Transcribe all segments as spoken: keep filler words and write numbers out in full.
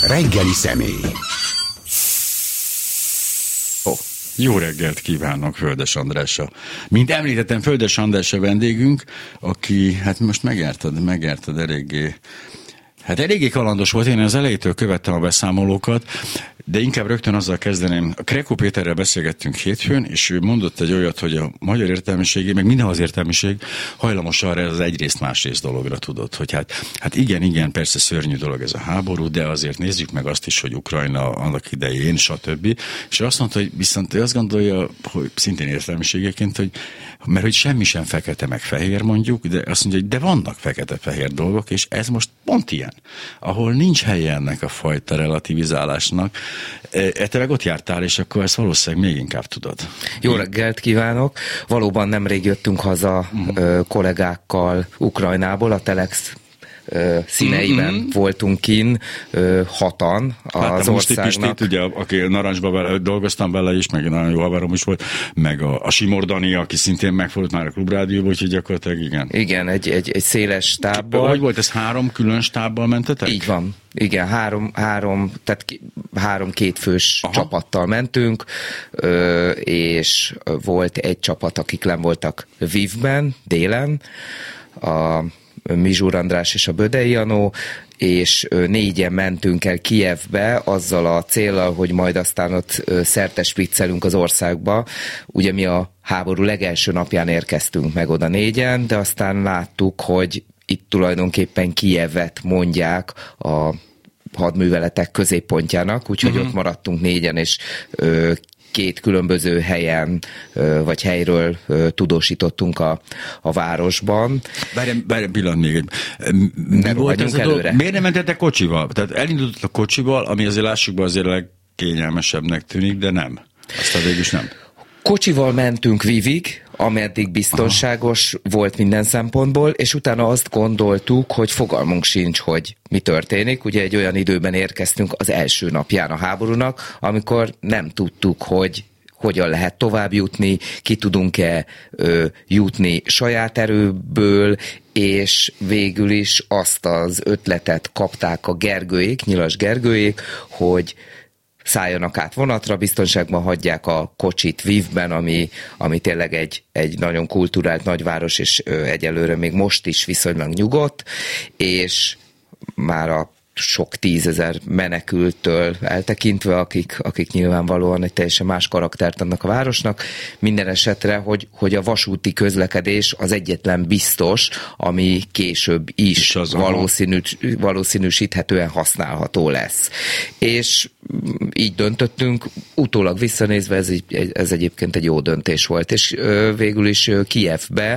Reggeli személy. Oh. Jó reggelt kívánok, Földes Andrással. Mint említettem, Földes András a vendégünk, aki, hát most megjártad, megjártad eléggé, hát eléggé kalandos volt. Én az elejétől követtem a beszámolókat, de inkább rögtön azzal kezdeném. A Krekó Péterrel beszélgettünk hétfőn, és ő mondott egy olyat, hogy a magyar értelmiségé, meg minden az értelmiség hajlamos arra ez az egyrészt másrészt dologra, tudod, hogy hát, hát igen, igen, persze szörnyű dolog ez a háború, de azért nézzük meg azt is, hogy Ukrajna annak idején, stb. És azt mondta, hogy viszont ő azt gondolja, hogy szintén értelmiségeként, hogy mert hogy semmi sem fekete meg fehér mondjuk, de azt mondja, hogy de vannak fekete-fehér dolgok, és ez most pont ilyen, ahol nincs helye ennek a fajta relativizálásnak. Te meg ott jártál, és akkor ezt valószínűleg még inkább tudod. Jó reggelt kívánok! Valóban nemrég jöttünk haza uh-huh. kollégákkal Ukrajnából, a Telex színeiben mm-hmm. voltunk kin, hatan az Láttam országnak. Most Pistét, ugye, aki Narancsban vele, dolgoztam vele is, meg nagyon jó haverom is volt, meg a, a Simor Dani, aki szintén megfordult már a Klubrádióban, úgyhogy gyakorlatilag igen. Igen, egy, egy, egy széles stábbal. Hogy volt ez, három külön stábbal mentetek? Így van. Igen, három, három, tehát három kétfős Aha. csapattal mentünk, és volt egy csapat, akik len voltak Lvivben, délen, a Mizsur András és a Bödei Janó, és négyen mentünk el Kijevbe azzal a céllal, hogy majd aztán ott szertespriccelünk az országba. Ugye mi a háború legelső napján érkeztünk meg oda négyen, de aztán láttuk, hogy itt tulajdonképpen Kijevet mondják a hadműveletek középpontjának, úgyhogy uh-huh. ott maradtunk négyen, és ö, két különböző helyen, vagy helyről tudósítottunk a, a városban. Bárján, bárján pillanat még egy. Mi volt ez a dolog? Miért nem mentetek kocsival? Tehát elindultatok a kocsival, ami azért lássuk be azért a legkényelmesebbnek tűnik, de nem. Aztán végül is nem. Kocsival mentünk Lvivig, ameddig biztonságos Aha. volt minden szempontból, és utána azt gondoltuk, hogy fogalmunk sincs, hogy mi történik. Ugye egy olyan időben érkeztünk az első napján a háborúnak, amikor nem tudtuk, hogy hogyan lehet tovább jutni, ki tudunk-e ö, jutni saját erőből, és végül is azt az ötletet kapták a Gergőék, Nyilas Gergőék, hogy szálljanak át vonatra, biztonságban hagyják a kocsit Lvivben, ami, ami tényleg egy, egy nagyon kulturált nagyváros, és ö, egyelőre még most is viszonylag nyugodt, és már a sok tízezer menekültől eltekintve, akik, akik nyilvánvalóan egy teljesen más karaktert adnak a városnak, minden esetre, hogy, hogy a vasúti közlekedés az egyetlen biztos, ami később is valószínű, valószínűsíthetően használható lesz. És így döntöttünk, utólag visszanézve ez, ez egyébként egy jó döntés volt, és végül is Kijevbe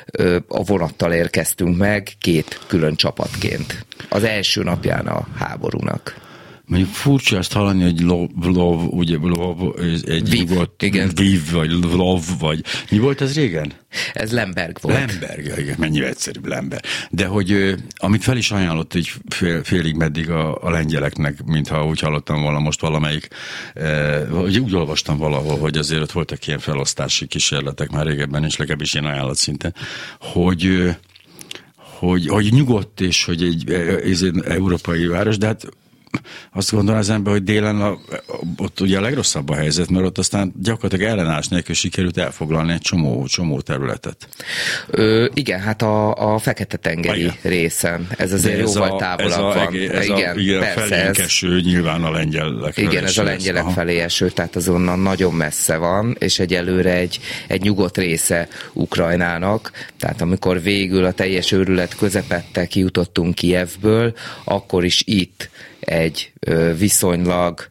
a vonattal érkeztünk meg két külön csapatként. Az első napján a háborúnak. Mondjuk furcsa azt hallani, hogy lov, lov ugye lov, egy Viv, nyugodt, igen. Viv, vagy lov, vagy mi volt ez régen? Ez Lemberg volt. Lemberg, igen, mennyire egyszerűbb Lemberg. De hogy amit fel is ajánlott, hogy fél, félig meddig a, a lengyeleknek, mintha úgy hallottam volna most valamelyik, eh, úgy olvastam valahol, hogy azért ott voltak ilyen felosztási kísérletek már régebben, és legalábbis ilyen ajánlat szinten, hogy Hogy, hogy nyugodt, és hogy egy, ez egy európai város, de hát azt gondolom az ember, hogy délen a, ott ugye a legrosszabb a helyzet, mert ott aztán gyakorlatilag ellenállás nélkül sikerült elfoglalni egy csomó, csomó területet. Ö, igen, hát a, a Fekete-tengeri igen. részen. Ez azért ez jóval a, távolabb van. Ez igen, a, igen, persze, felénk eső nyilván a lengyelek. Igen, ez a lengyelek lesz. Felé eső, tehát azonnan nagyon messze van, és egyelőre egy, egy nyugodt része Ukrajnának. Tehát amikor végül a teljes őrület közepette kijutottunk Kijevből, akkor is itt egy ö, viszonylag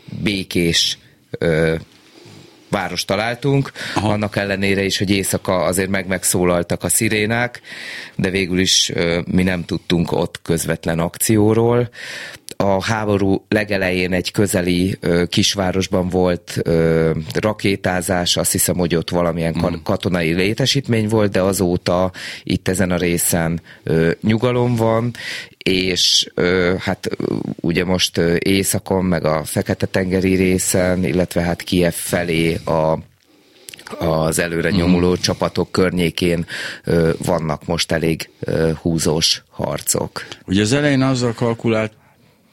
békés ö, várost találtunk, Aha. annak ellenére is, hogy éjszaka azért meg megszólaltak a szirénák, de végül is ö, mi nem tudtunk ott közvetlen akcióról. A háború legelején egy közeli ö, kisvárosban volt ö, rakétázás, azt hiszem, hogy ott valamilyen mm. katonai létesítmény volt, de azóta itt ezen a részen ö, nyugalom van, és ö, hát ugye most ö, északon, meg a Fekete-tengeri részen, illetve hát Kijev felé a az előre nyomuló mm. csapatok környékén ö, vannak most elég ö, húzós harcok. Ugye az elején azzal kalkulált,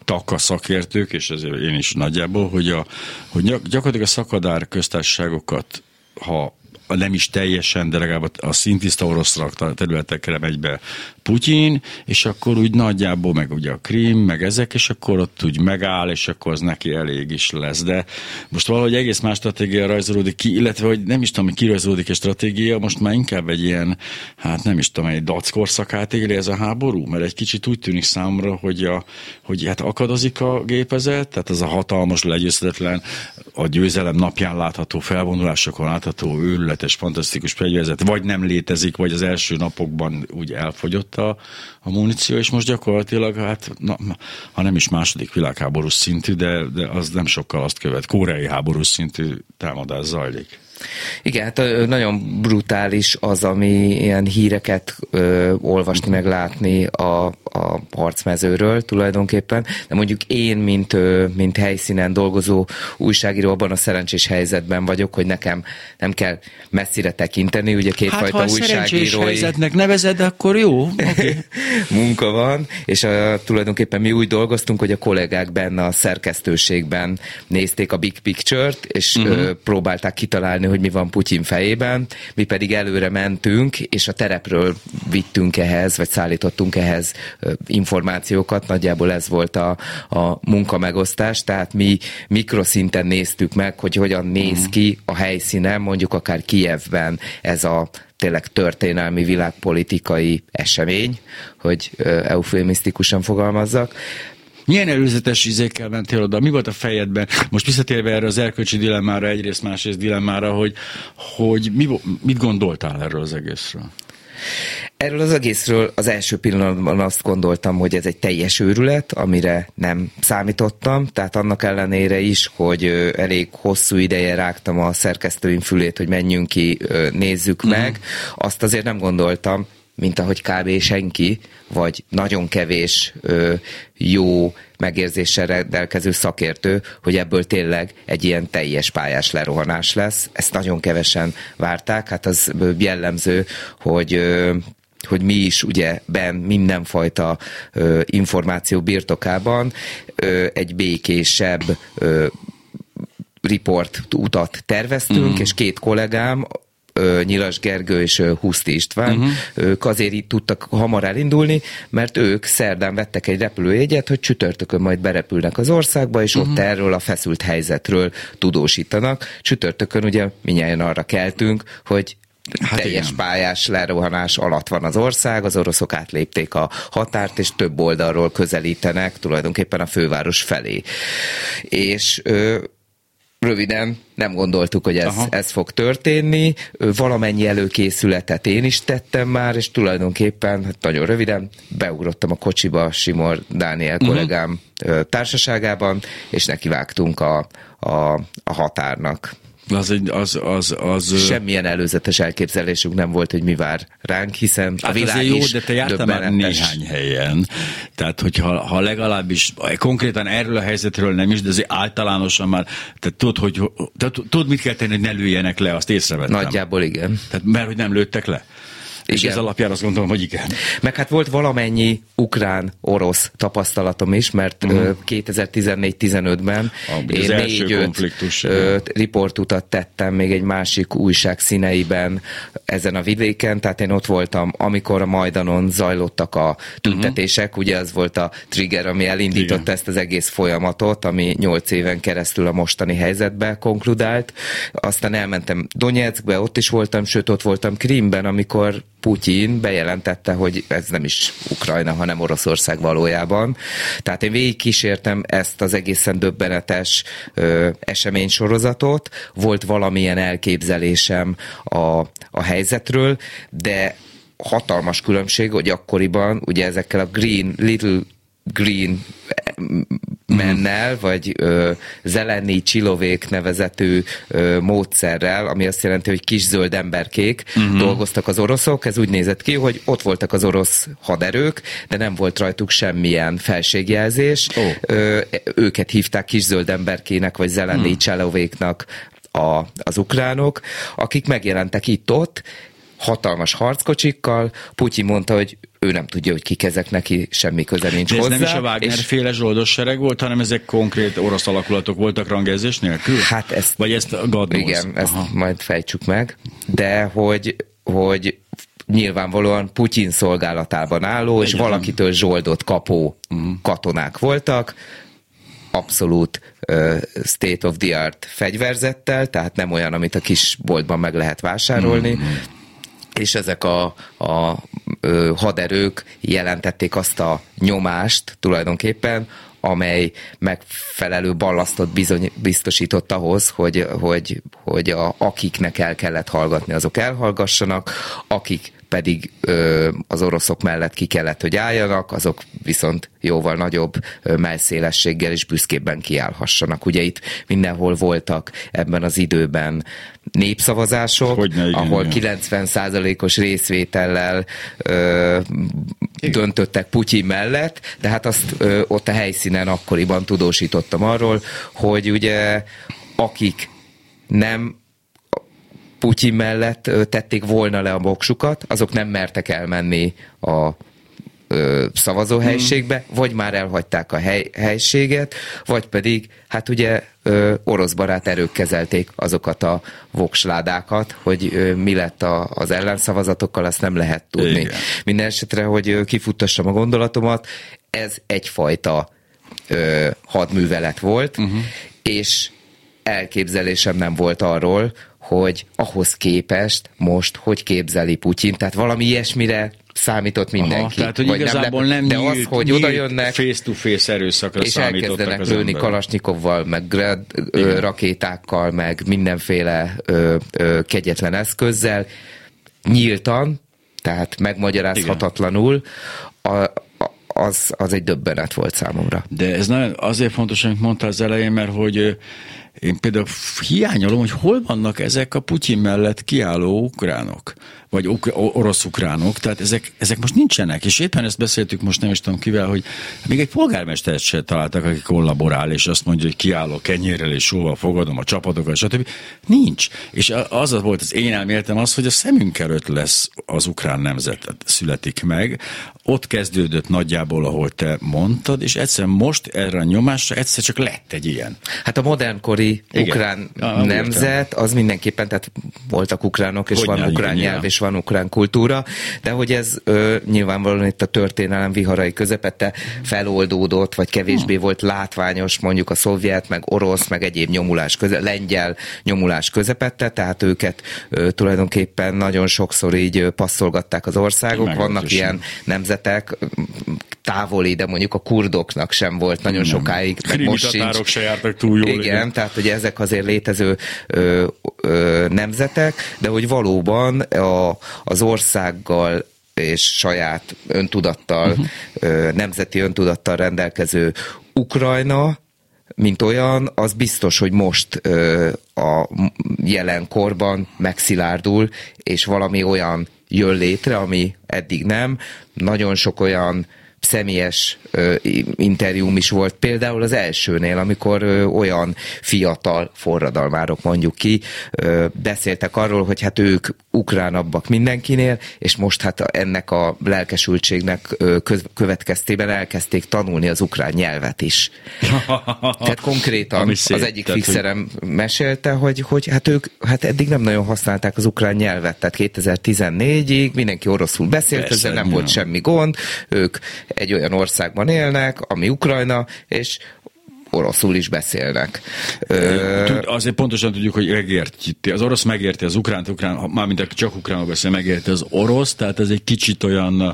a szakértők, és ezért én is nagyjából, hogy, a, hogy gyakorlatilag a szakadár köztársaságokat, ha nem is teljesen, de legalább a szintiszta orosz területekre megy be Putyin, és akkor úgy nagyjából, meg ugye a Krím, meg ezek, és akkor ott úgy megáll, és akkor az neki elég is lesz. De most valahogy egész más stratégia rajzolódik ki, illetve, hogy nem is tudom, hogy kirajzolódik egy stratégia, most már inkább egy ilyen, hát nem is tudom, egy dackorszakát éli ez a háború, mert egy kicsit úgy tűnik számomra, hogy, a, hogy hát akadozik a gépezet, tehát az a hatalmas, legyőzhetetlen, a győzelem napján látható, felvonulásokon látható, őrületes, fantasztikus fegyverzet, vagy nem létezik, vagy az első napokban úgy elfogyott a, a muníció, és most gyakorlatilag, hát, na, ha nem is második világháborús szintű, de, de az nem sokkal azt követ. Koreai háborús szintű támadás zajlik. Igen, hát nagyon brutális az, ami ilyen híreket ö, olvasni, meg látni a, a harcmezőről tulajdonképpen, de mondjuk én, mint, ö, mint helyszínen dolgozó újságíró, abban a szerencsés helyzetben vagyok, hogy nekem nem kell messzire tekinteni, ugye kétfajta hát, újságírói... Hát, szerencsés helyzetnek nevezed, akkor jó. Okay. Munka van, és a, tulajdonképpen mi úgy dolgoztunk, hogy a kollégák benne a szerkesztőségben nézték a big picture-t, és uh-huh. ö, próbálták kitalálni, hogy mi van Putyin fejében, mi pedig előre mentünk, és a terepről vittünk ehhez, vagy szállítottunk ehhez információkat, nagyjából ez volt a, a munkamegosztás, tehát mi mikroszinten néztük meg, hogy hogyan néz ki a helyszínen, mondjuk akár Kijevben ez a tényleg történelmi világpolitikai esemény, hogy eufémisztikusan fogalmazzak. Milyen előzetes izékkel mentél oda? Mi volt a fejedben? Most visszatérve erre az erkölcsi dilemmára, egyrészt, másrészt dilemmára, hogy, hogy mi, mit gondoltál erről az egészről? Erről az egészről az első pillanatban azt gondoltam, hogy ez egy teljes őrület, amire nem számítottam, tehát annak ellenére is, hogy elég hosszú ideje rágtam a szerkesztőim fülét, hogy menjünk ki, nézzük mm. meg, azt azért nem gondoltam, mint ahogy kb. Senki, vagy nagyon kevés ö, jó megérzéssel rendelkező szakértő, hogy ebből tényleg egy ilyen teljes pályás lerohanás lesz. Ezt nagyon kevesen várták, hát az jellemző, hogy... Ö, hogy mi is ugye benn mindenfajta ö, információ birtokában ö, egy békésebb ö, riport utat terveztünk, mm. és két kollégám, Nyilas Gergő és Huszti István, uh-huh. ők azért így tudtak hamar elindulni, mert ők szerdán vettek egy repülőjegyet, hogy csütörtökön majd berepülnek az országba, és uh-huh. ott erről a feszült helyzetről tudósítanak. Csütörtökön ugye mindjárt arra keltünk, hogy hát teljes igen. pályás lerohanás alatt van az ország, az oroszok átlépték a határt, és több oldalról közelítenek tulajdonképpen a főváros felé. És ö, röviden nem gondoltuk, hogy ez, ez fog történni. Valamennyi előkészületet én is tettem már, és tulajdonképpen, hát nagyon röviden, beugrottam a kocsiba Simor Dániel kollégám uh-huh. társaságában, és nekivágtunk a, a, a határnak. Az egy, az, az, az... Semmilyen előzetes elképzelésünk nem volt, hogy mi vár ránk, hiszen a hát világ jó, is de te jártál már néhány helyen. Tehát, hogyha ha legalábbis konkrétan erről a helyzetről nem is, de azért általánosan már, tehát tudod, hogy, tehát, tudod, mit kell tenni, hogy ne lőjenek le, azt észrevettem. Nagyjából igen. Tehát, mert hogy nem lőttek le. És igen. ez alapján azt gondolom, hogy igen. Meg hát volt valamennyi ukrán-orosz tapasztalatom is, mert uh-huh. kétezer-tizennégy-tizenötben én négy-öt riportutat tettem még egy másik újság színeiben ezen a vidéken, tehát én ott voltam, amikor a Majdanon zajlottak a tüntetések, uh-huh. ugye az volt a trigger, ami elindította igen. ezt az egész folyamatot, ami nyolc éven keresztül a mostani helyzetbe konkludált. Aztán elmentem Donyeckbe, ott is voltam, sőt ott voltam Krímben, amikor Putyin bejelentette, hogy ez nem is Ukrajna, hanem Oroszország valójában. Tehát én végigkísértem ezt az egészen döbbenetes ö, eseménysorozatot, volt valamilyen elképzelésem a, a helyzetről, de hatalmas különbség, hogy akkoriban ugye ezekkel a green, little green mennel, vagy ö, Zeleny Csilovék nevezetű ö, módszerrel, ami azt jelenti, hogy kis zöld emberkék uh-huh. dolgoztak az oroszok. Ez úgy nézett ki, hogy ott voltak az orosz haderők, de nem volt rajtuk semmilyen felségjelzés. Oh. Ö, őket hívták kis zöld emberkének, vagy Zeleny uh-huh. Csilovéknak a, az ukránok, akik megjelentek itt-ott, hatalmas harckocsikkal. Putyin mondta, hogy ő nem tudja, hogy kik ezek, neki semmi köze nincs de ez hozzá. nem is a Wagner-féle zsoldos sereg volt, hanem ezek konkrét orosz alakulatok voltak rangjelzés nélkül? Hát ezt, vagy ezt a gadnóz? Igen, ezt Aha. majd fejtsük meg. De hogy, hogy nyilvánvalóan Putyin szolgálatában álló, és Egyetlen. valakitől zsoldot kapó uh-huh. katonák voltak, abszolút uh, state of the art fegyverzettel, tehát nem olyan, amit a kis boltban meg lehet vásárolni, uh-huh. és ezek a, a ö, haderők jelentették azt a nyomást tulajdonképpen, amely megfelelő ballasztot bizony, biztosított ahhoz, hogy, hogy, hogy a, akiknek el kellett hallgatni, azok elhallgassanak, akik pedig ö, az oroszok mellett ki kellett, hogy álljanak, azok viszont jóval nagyobb ö, mellszélességgel és büszkébben kiállhassanak. Ugye itt mindenhol voltak ebben az időben népszavazások, Hogyne, igen, ahol igen. kilencven százalékos részvétellel ö, döntöttek Putyin mellett, de hát azt ö, ott a helyszínen akkoriban tudósítottam arról, hogy ugye akik nem Putyin mellett tették volna le a voksukat, azok nem mertek elmenni a ö, szavazóhelyiségbe, hmm. vagy már elhagyták a hely, helységet, vagy pedig, hát ugye ö, orosz barát erők kezelték azokat a voksládákat, hogy ö, mi lett a, az ellenszavazatokkal, azt nem lehet tudni. Igen. Minden esetre, hogy ö, kifuttassam a gondolatomat, ez egyfajta ö, hadművelet volt, uh-huh. és elképzelésem nem volt arról, hogy ahhoz képest most hogy képzeli Putyin, tehát valami ilyesmire számított mindenki. Aha, tehát, hogy igazából nem, nem de nyílt, az, hogy oda jönnek, face-to-face erőszakra és elkezdenek lőni Kalasnyikovval, meg grad, ö, rakétákkal, meg mindenféle ö, ö, kegyetlen eszközzel, nyíltan, tehát megmagyarázhatatlanul, a, a, az, az egy döbbenet volt számomra. De ez nagyon azért fontos, amit mondtál az elején, mert hogy én például hiányolom, hogy hol vannak ezek a Putyin mellett kiálló ukránok, vagy orosz-ukránok, tehát ezek, ezek most nincsenek, és éppen ezt beszéltük most nem is tudom kivel, hogy még egy polgármestert se találtak, aki kollaborál, és azt mondja, hogy kiállok kenyérrel, és sóval fogadom a csapatokat, stb. Nincs. És az volt az én elméletem az, hogy a szemünk előtt lesz az ukrán nemzet, születik meg. Ott kezdődött nagyjából, ahol te mondtad, és egyszerűen most erre a nyomásra egyszer csak lett egy ilyen. Hát a modernkori igen. ukrán ja, nemzet, az mindenképpen, tehát voltak ukránok, és hogy van ukrán nyelv, nyilván. És van ukrán kultúra, de hogy ez ö, nyilvánvalóan itt a történelem viharai közepette feloldódott, vagy kevésbé hmm. volt látványos mondjuk a szovjet, meg orosz, meg egyéb nyomulás köze, lengyel nyomulás közepette, tehát őket ö, tulajdonképpen nagyon sokszor így ö, passzolgatták az országok, vannak ilyen nemzetek, távoli, de mondjuk a kurdoknak sem volt nagyon nem. sokáig. Krimi tatárok se jártak túl jól. Igen, igen, tehát hogy ezek azért létező ö, ö, nemzetek, de hogy valóban a, az országgal és saját öntudattal, uh-huh. ö, nemzeti öntudattal rendelkező Ukrajna, mint olyan, az biztos, hogy most ö, a jelenkorban megszilárdul, és valami olyan jön létre, ami eddig nem. Nagyon sok olyan személyes ö, interjúm is volt, például az elsőnél, amikor ö, olyan fiatal forradalmárok, mondjuk ki, ö, beszéltek arról, hogy hát ők ukránabbak mindenkinél, és most hát ennek a lelkesültségnek ö, köz, következtében elkezdték tanulni az ukrán nyelvet is. Tehát konkrétan szép, az egyik tehát, fixerem hogy... mesélte, hogy, hogy hát ők hát eddig nem nagyon használták az ukrán nyelvet, tehát kétezer-tizennégyig mindenki oroszul beszélt, ezzel nem volt semmi gond, ők egy olyan országban élnek, ami Ukrajna, és oroszul is beszélnek. Tud, azért pontosan tudjuk, hogy megérti. Az orosz megérti az ukránt, ukrán, mármint aki csak ukránul beszél, megérti az orosz, tehát ez egy kicsit olyan,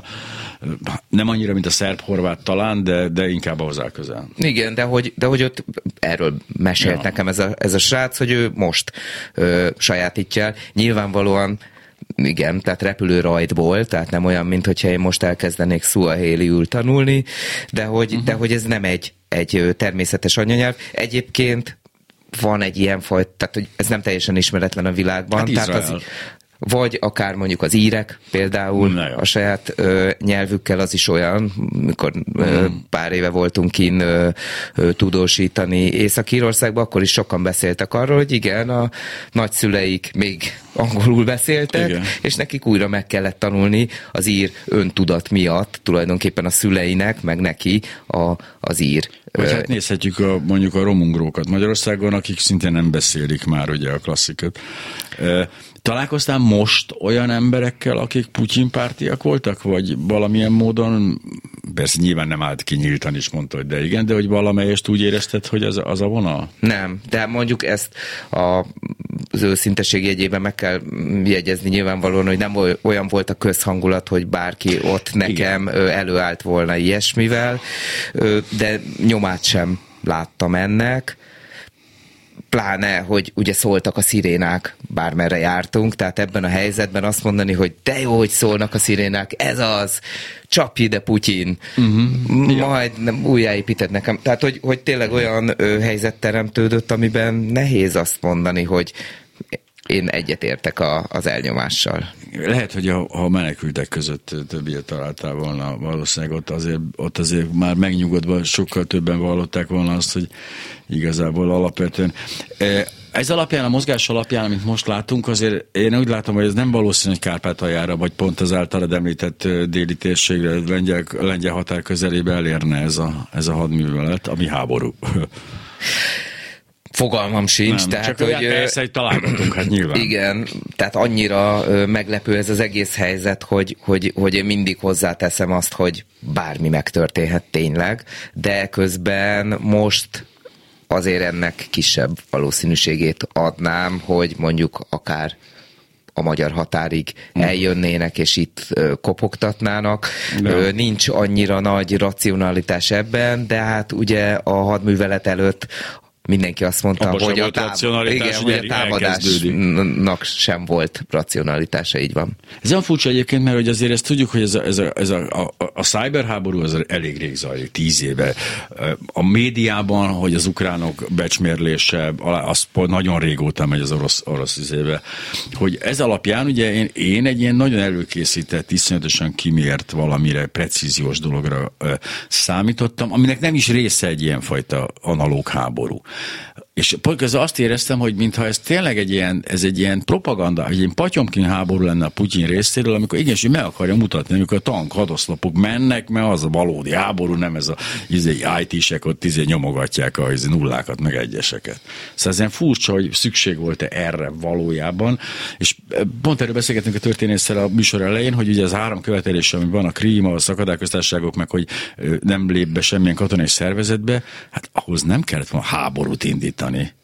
nem annyira, mint a szerb-horvát talán, de, de inkább hozzá közel. Igen, de hogy, de hogy ott erről mesélt ja. nekem ez a, ez a srác, hogy ő most ö, sajátítja el. Nyilvánvalóan igen, tehát repülőrajtból, tehát nem olyan, mint hogyha én most elkezdenék szuahéliül tanulni, de hogy, uh-huh. de hogy ez nem egy, egy természetes anyanyelv. Egyébként van egy ilyen fajta, tehát hogy ez nem teljesen ismeretlen a világban. Hát tehát az, vagy akár mondjuk az írek például a saját ö, nyelvükkel, az is olyan, mikor ö, pár éve voltunk kint ö, ö, tudósítani Észak-Írországban, akkor is sokan beszéltek arról, hogy igen, a nagyszüleik még angolul beszéltek, igen. És nekik újra meg kellett tanulni az ír öntudat miatt, tulajdonképpen a szüleinek, meg neki a, az ír. Vagy hát nézhetjük a, mondjuk a romungrókat Magyarországon, akik szintén nem beszélik már ugye a klasszikat. Találkoztál most olyan emberekkel, akik Putyin pártiak voltak, vagy valamilyen módon, persze nyilván nem állt ki nyíltan is mondta, hogy de igen, de hogy valamelyest úgy érezted, hogy az, az a vonal? Nem, de mondjuk ezt a, az őszinteség jegyében meg kell jegyezni nyilvánvalóan, hogy nem olyan volt a közhangulat, hogy bárki ott nekem igen. előállt volna ilyesmivel, de nyomát sem láttam ennek. Pláne, hogy ugye szóltak a szirénák, bármerre jártunk, tehát ebben a helyzetben azt mondani, hogy de jó, hogy szólnak a szirénák, ez az, csapj ide Putyin, uh-huh. majd nem, újjáépíted nekem. Tehát, hogy, hogy tényleg olyan ö, helyzet teremtődött, amiben nehéz azt mondani, hogy én egyetértek a, az elnyomással. Lehet, hogy a, ha menekültek között többiet találtál volna, valószínűleg ott azért, ott azért már megnyugodva sokkal többen vallották volna azt, hogy igazából alapvetően. Ez alapján, a mozgás alapján, amit most látunk, azért én úgy látom, hogy ez nem valószínű, hogy Kárpátaljára, vagy pont az általad említett déli térségre, lengyel, lengyel határ közelébe elérne ez a, ez a hadművelet, ami háború. Fogalmam sincs. Nem, tehát, csak hogy, persze, hogy találgatunk, hát nyilván. Igen, tehát annyira ö, meglepő ez az egész helyzet, hogy, hogy, hogy én mindig hozzáteszem azt, hogy bármi megtörténhet tényleg, de közben most azért ennek kisebb valószínűségét adnám, hogy mondjuk akár a magyar határig eljönnének, és itt ö, kopogtatnának. Ö, nincs annyira nagy racionalitás ebben, de hát ugye a hadművelet előtt mindenki azt mondta, Abba hogy a, táv... Igen, hogy a támadásnak sem volt racionalitása, így van. Ez olyan furcsa egyébként, mert hogy azért ezt tudjuk, hogy ez a, ez a, ez a, a, a cyberháború az elég rég zajlik, tíz éve. A médiában, hogy az ukránok becsmérlése, az nagyon régóta megy az orosz, orosz izébe. Hogy ez alapján ugye én, én egy ilyen nagyon előkészített, iszonyatosan kimért valamire, precíziós dologra számítottam, aminek nem is része egy ilyenfajta analóg háború. És közben azt éreztem, hogy mintha ez tényleg egy ilyen, ez egy ilyen propaganda, egy ilyen Potyomkin háború lenne a Putyin részéről, amikor igenis, hogy meg akarja mutatni, amikor a tank hadoszlopok mennek, mert az a valódi háború, nem ez a izé, í té-sek ott izé nyomogatják a izé, nullákat, meg egyeseket. Szóval ez ilyen furcsa, hogy szükség volt-e erre valójában, és pont erről beszélgetünk a történésszel a műsor elején, hogy ugye az három követelés, ami van, a Krím, a szakadályköztársaságok, meg hogy nem lép be semmilyen katonai szervezetbe, hát ahhoz nem kellett volna háborút indítani.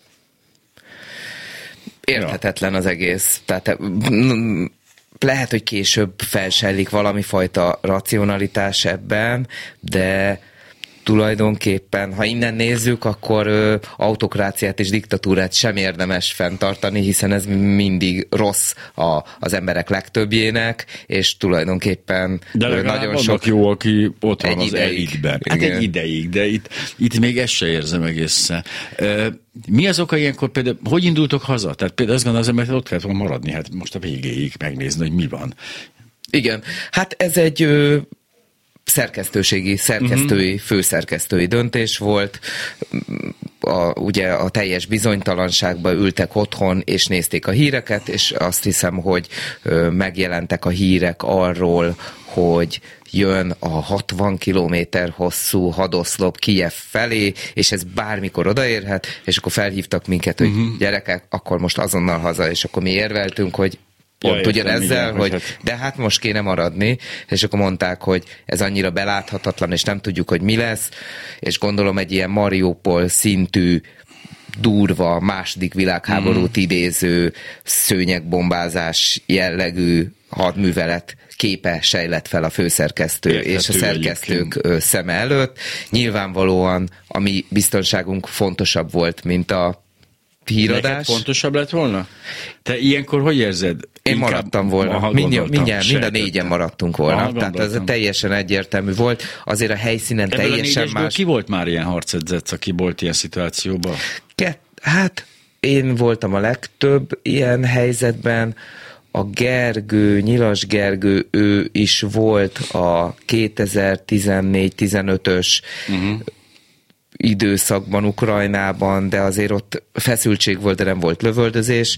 Érthetetlen az egész. Tehát lehet, hogy később felsellik valami fajta racionalitás ebben, de tulajdonképpen, ha innen nézzük, akkor ö, autokráciát és diktatúrát sem érdemes fenntartani, hiszen ez mindig rossz a, az emberek legtöbbjének, és tulajdonképpen de ö, nagyon sok... jó, aki ott van az ideig. elitben. Hát egy ideig, de itt, itt még ezt se érzem egészen. Mi az oka ilyenkor például, hogy indultok haza? Tehát például azt gondolom, az ember ott kellett volna maradni, hát most a végéig megnézni, hogy mi van. Igen, hát ez egy... Ö, szerkesztőségi, szerkesztői, uh-huh. főszerkesztői döntés volt. A, ugye a teljes bizonytalanságban ültek otthon, és nézték a híreket, és azt hiszem, hogy ö, megjelentek a hírek arról, hogy jön a hatvan kilométer hosszú hadoszlop Kijev felé, és ez bármikor odaérhet, és akkor felhívtak minket, hogy uh-huh. gyerekek, akkor most azonnal haza, és akkor mi érveltünk, hogy pont ja, ugyanezzel, hogy hát... de hát most kéne maradni, és akkor mondták, hogy ez annyira beláthatatlan, és nem tudjuk, hogy mi lesz, és gondolom egy ilyen Mariupol szintű durva, második világháborút mm. idéző szőnyegbombázás jellegű hadművelet képe sejlett fel a főszerkesztő Érthető és a szerkesztők egyébként. Szeme előtt. Nyilvánvalóan a mi biztonságunk fontosabb volt, mint a híradás. Neked fontosabb lett volna? Te ilyenkor hogy érzed? Én Inkább maradtam volna. Mindjárt, mindjárt, mind a négyen maradtunk volna. Aha, tehát ez teljesen egyértelmű volt. Azért a helyszínen ebből teljesen a más. Ki volt már ilyen harcedzett, aki volt ilyen szituációban? Kett, hát én voltam a legtöbb ilyen helyzetben. a Gergő, Nyilas Gergő, ő is volt a kétezer-tizennégy tizenötös uh-huh. időszakban Ukrajnában, de azért ott feszültség volt, de nem volt lövöldözés.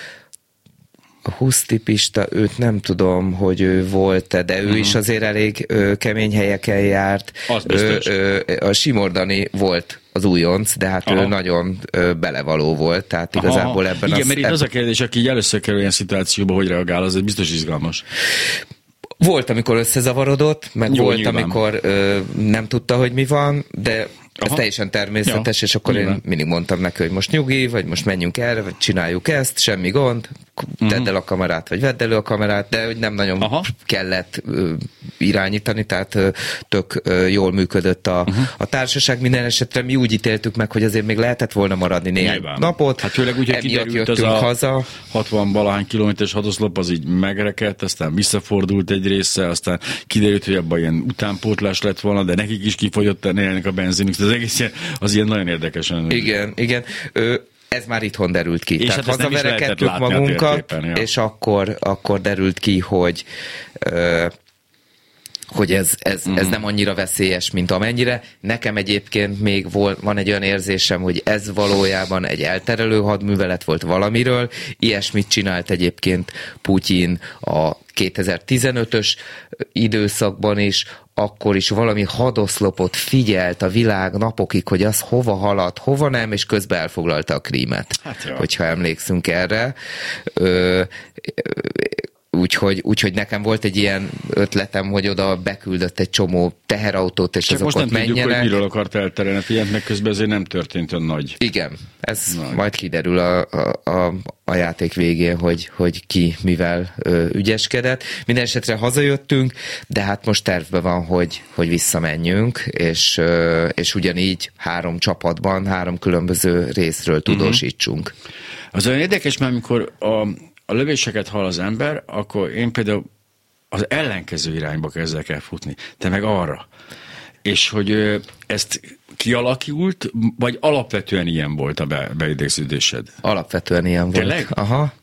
A Huszti Pista, őt nem tudom, hogy ő volt, de ő uh-huh. is azért elég ö, kemény helyeken járt. Ö, ö, a Simordani volt az újonc, de hát Aha. ő nagyon ö, belevaló volt, tehát Aha. igazából ebben Igen, az... mert itt eb... az a kérdés, aki így először kerül ilyen szituációba, hogy reagál, az biztos izgalmas. Volt, amikor összezavarodott, meg Jó, volt, nyilván. amikor ö, nem tudta, hogy mi van, de ez Aha. teljesen természetes, ja, és akkor nyilván. Én mindig mondtam neki, hogy most nyugi, vagy most menjünk erre, vagy csináljuk ezt, semmi gond, tedd uh-huh. el a kamerát, vagy vedd elő a kamerát, de hogy nem nagyon Aha. kellett uh, irányítani, tehát uh, tök uh, jól működött a, uh-huh. a társaság. Minden esetre mi úgy ítéltük meg, hogy azért még lehetett volna maradni néhány nyilván. napot. Hát főleg úgy, hogy kiderült az a haza. hatvan-valahány kilométeres hadoszlop, az így megrekedt, aztán visszafordult egy része, aztán kiderült, hogy abban ilyen utánpótlás lett volna, de nekik is kifogyott ennek a benzinük. Az egész ilyen, az ilyen nagyon érdekesen. Igen, igen. Ö, ez már itthon derült ki. És Tehát hát hazaverekedtük magunkat, ja. és akkor, akkor derült ki, hogy ö, hogy ez, ez, uh-huh. ez nem annyira veszélyes, mint amennyire. Nekem egyébként még vol, van egy olyan érzésem, hogy ez valójában egy elterelő hadművelet volt valamiről. Ilyesmit csinált egyébként Putyin a kétezer-tizenötös időszakban is, akkor is valami hadoszlopot figyelt a világ napokig, hogy az hova halad, hova nem, és közben elfoglalta a Krímet. Hát hogyha emlékszünk erre. Ö, Úgyhogy, úgyhogy nekem volt egy ilyen ötletem, hogy oda beküldött egy csomó teherautót, és csak azok ott menjenek. Csak most nem tudjuk, hogy miről akart elterelni, figyelj, meg közben azért nem történt olyan nagy. Igen, ez nagy. Majd kiderül a, a, a, a játék végén, hogy, hogy ki mivel ö, ügyeskedett. Minden esetre hazajöttünk, de hát most tervben van, hogy, hogy visszamenjünk, és, ö, és ugyanígy három csapatban, három különböző részről tudósítsunk. Uh-huh. Az olyan érdekes, mert amikor a a lövéseket hall az ember, akkor én például az ellenkező irányba kezdek el futni. Te meg arra. És hogy ezt kialakult, vagy alapvetően ilyen volt a be, beidegződésed? Alapvetően ilyen volt. Tényleg? Aha.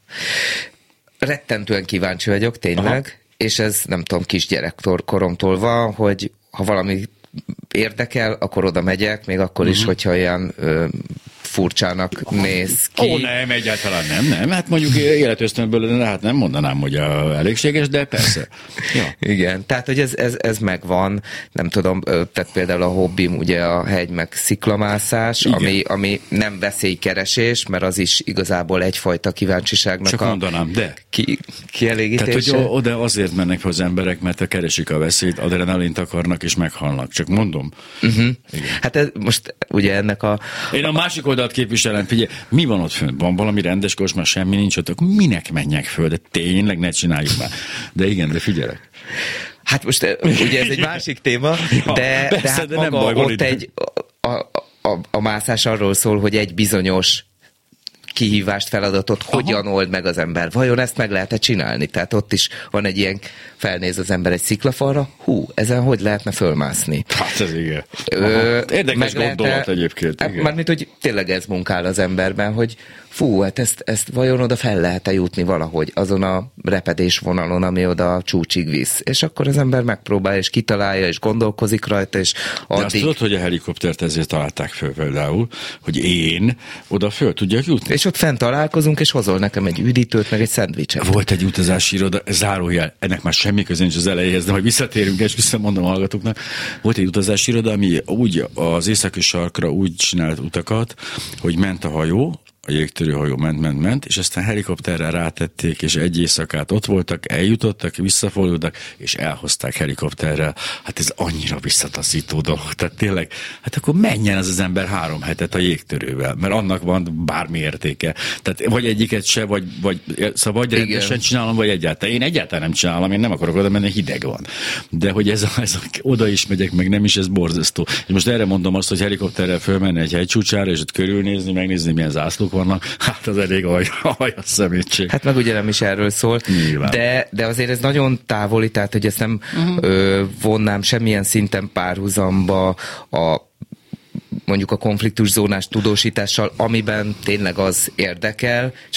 Rettentően kíváncsi vagyok, tényleg. Aha. És ez nem tudom, kisgyerekkoromtól van, hogy ha valami érdekel, akkor oda megyek, még akkor uh-huh. is, hogyha ilyen ö, furcsának néz ki. Ó, nem, egyáltalán nem, nem. Hát mondjuk életösztönből, de hát nem mondanám, hogy a elégséges, de persze. Ja. Igen, tehát, hogy ez, ez, ez megvan, nem tudom, tehát például a hobbim ugye a hegy meg sziklamászás, ami, ami nem veszélykeresés, mert az is igazából egyfajta kíváncsiságnak csak a mondanám, de ki, kielégítése. Tehát, hogy oda azért mennek fel az emberek, mert keresik a veszélyt, adrenalint akarnak és meghalnak. Csak mondom. Uh-huh. Hát ez most ugye ennek a... Én a másik oldalt képviselem, figyelj, mi van ott fönt? Van valami rendes kos, már semmi nincs ott, akkor minek menjek föl? De tényleg ne csináljuk már. De igen, de figyelek. Hát most ugye ez egy másik téma, ja, de, persze, de hát de maga nem baj, ott egy, a, a, a mászás arról szól, hogy egy bizonyos kihívást, feladatot Aha. hogyan old meg az ember. Vajon ezt meg lehet-e csinálni? Tehát ott is van egy ilyen, felnéz az ember egy sziklafalra, hú, ezen hogy lehetne fölmászni? Hát ez igen. Ö, Érdekes gondolat egyébként. Igen. Mármint, hogy tényleg ez munkál az emberben, hogy fú, hát ezt, ezt vajon oda fel lehet-e jutni valahogy azon a repedés vonalon, ami oda a csúcsig visz. És akkor az ember megpróbálja, és kitalálja, és gondolkozik rajta, és addig... De azt tudod, hogy a helikoptert ezért találták föl például, hogy én oda föl tudjak jutni. És ott fent találkozunk, és hozol nekem egy üdítőt, meg egy szendvicset. Volt egy utazási iroda, zárójel, ennek már semmi köze nincs az elejéhez, de majd visszatérünk, és visszamondom a hallgatóknak. Volt egy utazási iroda, ami úgy az északi sarkra úgy csinált utakat, hogy ment a hajó, a jégtörő hajó ment, ment, ment, és aztán helikopterrel rátették, és egy éjszakát ott voltak, eljutottak, visszafordultak, és elhozták helikopterrel. Hát ez annyira visszataszító dolog. Tehát tényleg, hát akkor menjen az az ember három hetet a jégtörővel, mert annak van bármi értéke. Tehát vagy egyiket se, vagy, vagy, szóval vagy rendesen csinálom, vagy egyáltalán. Én egyáltalán nem csinálom, én nem akarok oda menni, hideg van. De hogy ez, a, ez a, oda is megyek, meg nem is, ez borzasztó. És most erre mondom azt, hogy helikopterrel fölmenni egy hegycsúcsára, és ott körülnézni, megnézni, milyen zászlók vannak, hát az elég aljas szemétség. Hát meg ugye nem is erről szól, de, de azért ez nagyon távoli, tehát hogy ezt nem uh-huh. ö, vonnám semmilyen szinten párhuzamba a mondjuk a konfliktuszónás tudósítással, amiben tényleg az érdekel, csak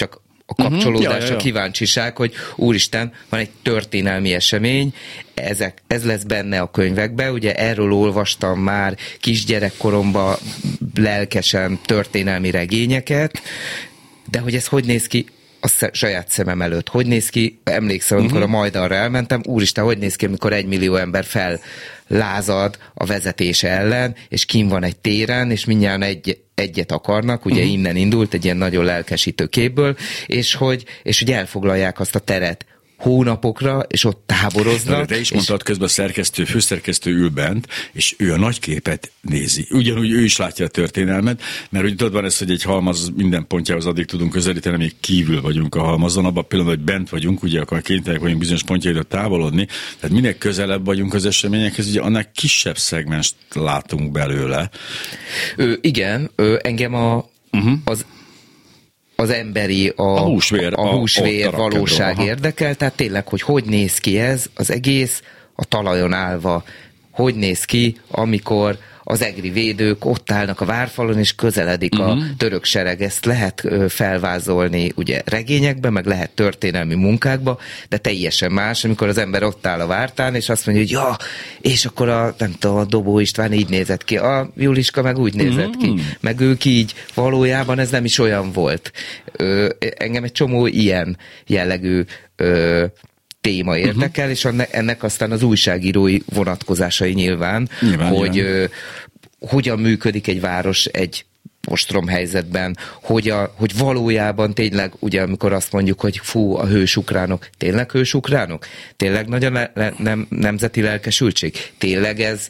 a kapcsolódás, uh-huh. ja, ja, ja. a kíváncsiság, hogy úristen, van egy történelmi esemény, ezek, ez lesz benne a könyvekben, ugye erről olvastam már kisgyerekkoromban lelkesen történelmi regényeket, de hogy ez hogy néz ki a saját szemem előtt. Hogy néz ki, emlékszem, amikor uh-huh. a Majdanra elmentem, úristen, hogy néz ki, amikor egy millió ember fellázad a vezetése ellen, és kim van egy téren, és mindjárt egy, egyet akarnak, ugye uh-huh. innen indult egy ilyen nagyon lelkesítő képből, és hogy, és hogy elfoglalják azt a teret hónapokra, és ott táboroznak. De te is mondtad, közben a szerkesztő, főszerkesztő ül bent, és ő a nagy képet nézi. Ugyanúgy ő is látja a történelmet, mert úgy tudod, van ez, hogy egy halmaz minden pontjához addig tudunk közelíteni, még kívül vagyunk a halmazon, abban a pillanatban, hogy bent vagyunk, ugye akkor kénytelenek vagyunk bizonyos pontjaidra távolodni, tehát minél közelebb vagyunk az eseményekhez, ugye annál kisebb szegmest látunk belőle. Ő, igen, ő, engem a, uh-huh. az az emberi, a, a húsvér, a, a húsvér a valóság érdekel, tehát tényleg, hogy hogy néz ki ez az egész a talajon állva, hogy néz ki, amikor az egri védők ott állnak a várfalon, és közeledik uh-huh. a török sereg. Ezt lehet felvázolni ugye regényekben, meg lehet történelmi munkákba, de teljesen más, amikor az ember ott áll a vártán, és azt mondja, hogy ja, és akkor a, nem tudom, a Dobó István így nézett ki, a Juliska meg úgy nézett uh-huh. ki, meg ők így, valójában ez nem is olyan volt. Ö, engem egy csomó ilyen jellegű ö, téma érdekel, uh-huh. és ennek aztán az újságírói vonatkozásai nyilván, nyilván hogy nyilván. Ö, hogyan működik egy város egy ostrom helyzetben, hogy, a, hogy valójában tényleg, ugye amikor azt mondjuk, hogy fú, a hős ukránok, tényleg hős ukránok? Tényleg nagy a le, le, nem, nemzeti lelkesültség? Tényleg ez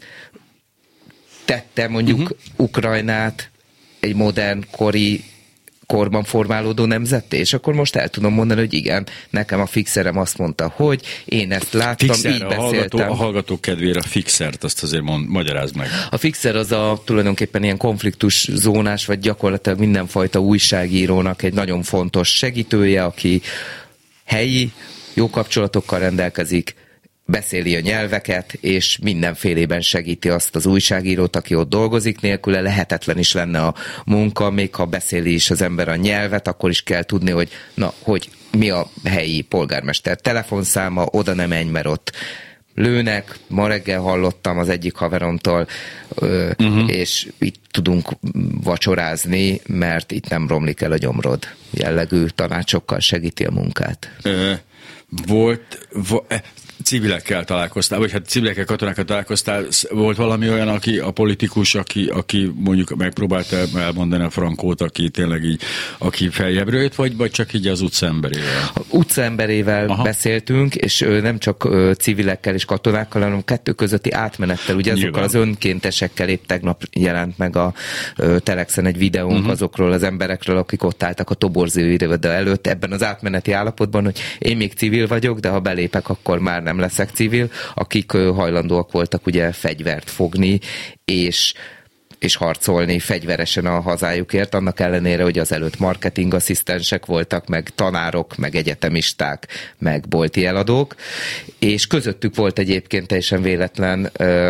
tette mondjuk uh-huh. Ukrajnát egy modern, kori korban formálódó nemzetté, és akkor most el tudom mondani, hogy igen, nekem a fixerem azt mondta, hogy én ezt láttam, Fixer, így a beszéltem. Hallgató, a hallgatók kedvére a fixert, azt azért mond, magyarázd meg. A fixer az a tulajdonképpen ilyen konfliktus zónás, vagy gyakorlatilag mindenfajta újságírónak egy nagyon fontos segítője, aki helyi, jó kapcsolatokkal rendelkezik, beszéli a nyelveket, és mindenfélében segíti azt az újságírót, aki ott dolgozik, nélküle lehetetlen is lenne a munka, még ha beszéli is az ember a nyelvet, akkor is kell tudni, hogy na, hogy mi a helyi polgármester telefonszáma, oda nem menj, mert ott lőnek, ma reggel hallottam az egyik haveromtól, uh-huh. és itt tudunk vacsorázni, mert itt nem romlik el a gyomrod. Jellegű tanácsokkal segíti a munkát. Uh, volt... Vo- civilekkel találkoztál, vagy hát civilekkel, katonákkal találkoztál, volt valami olyan, aki a politikus, aki, aki mondjuk megpróbálta elmondani a Frankót, aki tényleg így, aki feljebbről jött, vagy, vagy csak így az utcaemberével? Utcaemberével Aha. beszéltünk, és nem csak civilekkel és katonákkal, hanem kettő közötti átmenettel, ugye azokkal az önkéntesekkel, épp tegnap jelent meg a Telexen egy videónk uh-huh. azokról az emberekről, akik ott álltak a toborzó iroda előtt, ebben az átmeneti állapotban, hogy én még civil vagyok, de ha belépek, akkor már nem leszek civil, akik hajlandóak voltak ugye fegyvert fogni, és és harcolni fegyveresen a hazájukért, annak ellenére, hogy azelőtt marketing asszisztensek voltak, meg tanárok, meg egyetemisták, meg bolti eladók, és közöttük volt egyébként teljesen véletlen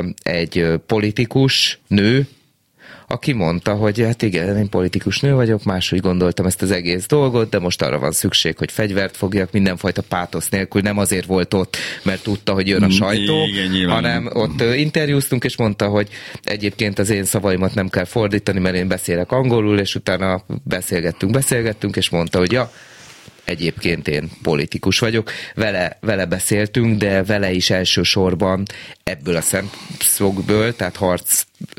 egy politikus nő, aki mondta, hogy hát igen, én politikus nő vagyok, máshogy gondoltam ezt az egész dolgot, de most arra van szükség, hogy fegyvert fogjak, mindenfajta pátosz nélkül, nem azért volt ott, mert tudta, hogy jön a sajtó, igen, hanem ott interjúztunk, és mondta, hogy egyébként az én szavaimat nem kell fordítani, mert én beszélek angolul, és utána beszélgettünk, beszélgettünk, és mondta, hogy ja, egyébként én politikus vagyok. Vele, vele beszéltünk, de vele is elsősorban ebből a szemszögből, tehát harc,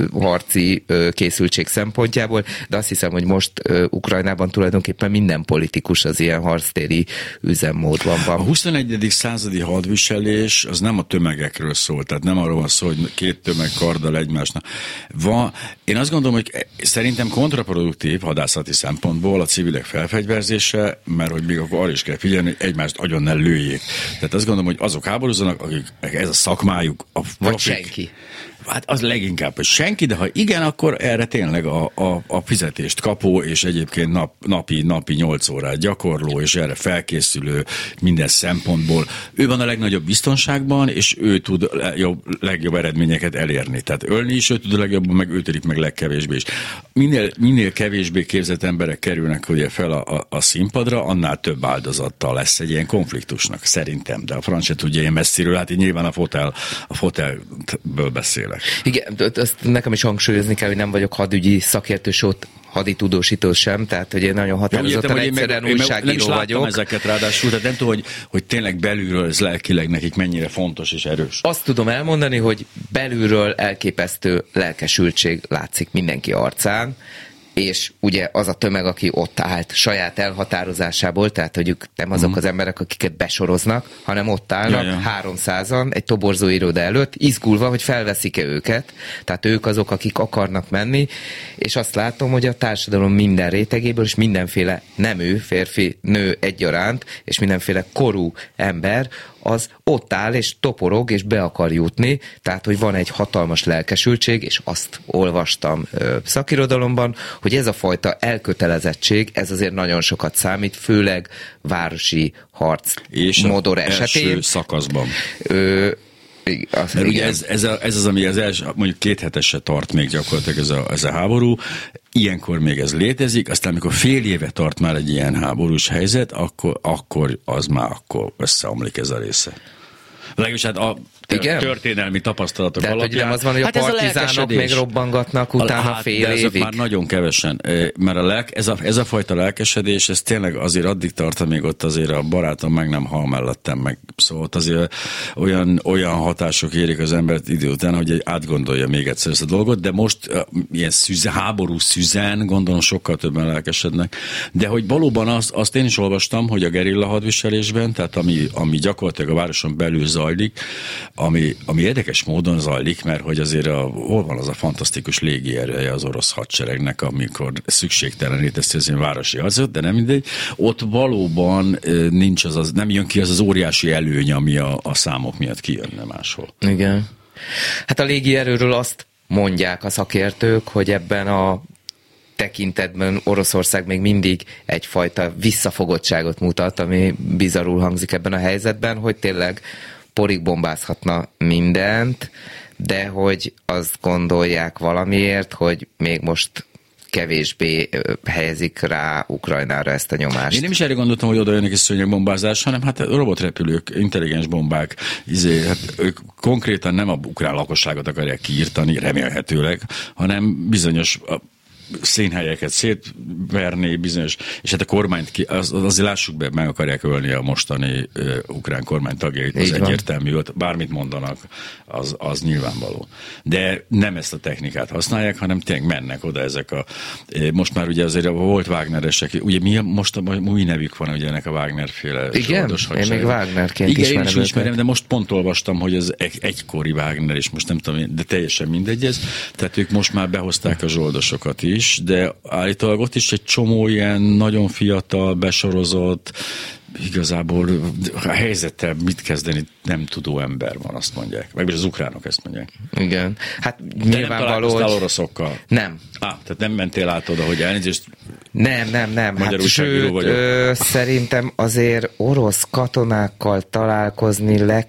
harci készültség szempontjából, de azt hiszem, hogy most Ukrajnában tulajdonképpen minden politikus az ilyen harctéri üzemmódban van. A huszonegyedik századi hadviselés az nem a tömegekről szól, tehát nem arról van szó, hogy két tömeg karddal egymásnak. Van, én azt gondolom, hogy szerintem kontraproduktív hadászati szempontból a civilek felfegyverzése, mert hogy még akkor arra is kell figyelni, hogy egymást agyon ne lőjék. Tehát azt gondolom, hogy azok háborúzzanak, akik ez a szakmájuk. A vagy senki. Hát az leginkább, hogy senki, de ha igen, akkor erre tényleg a, a, a fizetést kapó, és egyébként nap, napi, napi nyolc órát gyakorló, és erre felkészülő minden szempontból. Ő van a legnagyobb biztonságban, és ő tud legjobb, legjobb eredményeket elérni. Tehát ölni is ő tud a legjobban, meg ő törik meg legkevésbé is. Minél, minél kevésbé képzett emberek kerülnek ugye fel a, a, a színpadra, annál több áldozattal lesz egy ilyen konfliktusnak, szerintem. De a franc se tudja ilyen messziről, hát így nyilván a fotel, a fotelből beszélek. Igen, azt nekem is hangsúlyozni kell, hogy nem vagyok hadügyi szakértő, sőt, haditudósító sem, tehát hogy én nagyon határozottan egyszerűen meg, újságíró nem vagyok. Ezeket ráadásul, tehát nem tudom, hogy, hogy tényleg belülről ez lelkileg nekik mennyire fontos és erős. Azt tudom elmondani, hogy belülről elképesztő lelkesültség látszik mindenki arcán, és ugye az a tömeg, aki ott állt saját elhatározásából, tehát hogy ők nem azok uh-huh. az emberek, akiket besoroznak, hanem ott állnak ja, ja. háromszázan egy toborzó iroda előtt, izgulva, hogy felveszik-e őket, tehát ők azok, akik akarnak menni, és azt látom, hogy a társadalom minden rétegéből, és mindenféle nemű, férfi, nő egyaránt, és mindenféle korú ember, az ott áll, és toporog, és be akar jutni, tehát, hogy van egy hatalmas lelkesültség, és azt olvastam ö, szakirodalomban, hogy ez a fajta elkötelezettség, ez azért nagyon sokat számít, főleg városi harc és modor esetén. Első szakaszban. Ö, Az, Mert ugye ez, ez, a, ez az, ami az első, mondjuk két hetesre tart még gyakorlatilag ez a, ez a háború, ilyenkor még ez létezik, aztán amikor fél éve tart már egy ilyen háborús helyzet, akkor, akkor az már akkor összeomlik ez a része. Legalábbis hát a igen? történelmi tapasztalatok de alapján. De nem az van, hogy hát a partizánok még robbangatnak utána hát, fél évig. De már nagyon kevesen. Mert a lelk, ez, a, ez a fajta lelkesedés, ez tényleg azért addig tart, amíg ott azért a barátom meg nem hal mellettem meg. Szóval azért olyan, olyan hatások érik az embert idő után, hogy átgondolja még egyszer ezt a dolgot, de most ilyen szüze, háború szüzen, gondolom sokkal többen lelkesednek. De hogy valóban azt, azt én is olvastam, hogy a gerilla hadviselésben, tehát ami, ami gyakorlatilag a városon belül zajlik, Ami, ami érdekes módon zajlik, mert hogy azért a, hol van az a fantasztikus légierője az orosz hadseregnek, amikor szükségtelenné teszi az ilyen városi harcot, de nem mindegy. Ott valóban nincs az, az, nem jön ki az az óriási előny, ami a, a számok miatt kijönne máshol. Igen. Hát a légierőről azt mondják a szakértők, hogy ebben a tekintetben Oroszország még mindig egyfajta visszafogottságot mutat, ami bizarrul hangzik ebben a helyzetben, hogy tényleg porig bombázhatna mindent, de hogy azt gondolják valamiért, hogy még most kevésbé helyezik rá Ukrajnára ezt a nyomást. Én nem is erre gondoltam, hogy oda jönnek egy szőnyegbombázás, hanem hát robotrepülők, intelligens bombák, izé, hát ők konkrétan nem a ukrán lakosságot akarják kiírtani, remélhetőleg, hanem bizonyos szénhelyeket szétverni bizonyos, és hát a kormányt ki, az, azért lássuk be, meg akarják ölni a mostani uh, ukrán kormány tagjait, az egyértelmű, bármit mondanak, az, az nyilvánvaló. De nem ezt a technikát használják, hanem tényleg mennek oda ezek a, most már ugye azért volt Wagneresek, ugye mi most a új nevük van ugye ennek a Wagner-féle igen, én még Wagnerként igen, ismerem. Igen, én is ismerem, de most pont olvastam, hogy az egy, egykori Wagner, és most nem tudom, de teljesen mindegy ez, tehát ők most már behozták a zsoldosokat is, is, de állítólag ott is egy csomó ilyen nagyon fiatal, besorozott, igazából a helyzettel mit kezdeni nem tudó ember van, azt mondják. Meg az ukránok ezt mondják. Igen. Hát de nyilvánvaló, nem hogy... oroszokkal? Nem. Á, tehát nem mentél át oda, hogy elnézést... Nem, nem, nem. Hát sőt, ö, szerintem azért orosz katonákkal találkozni leg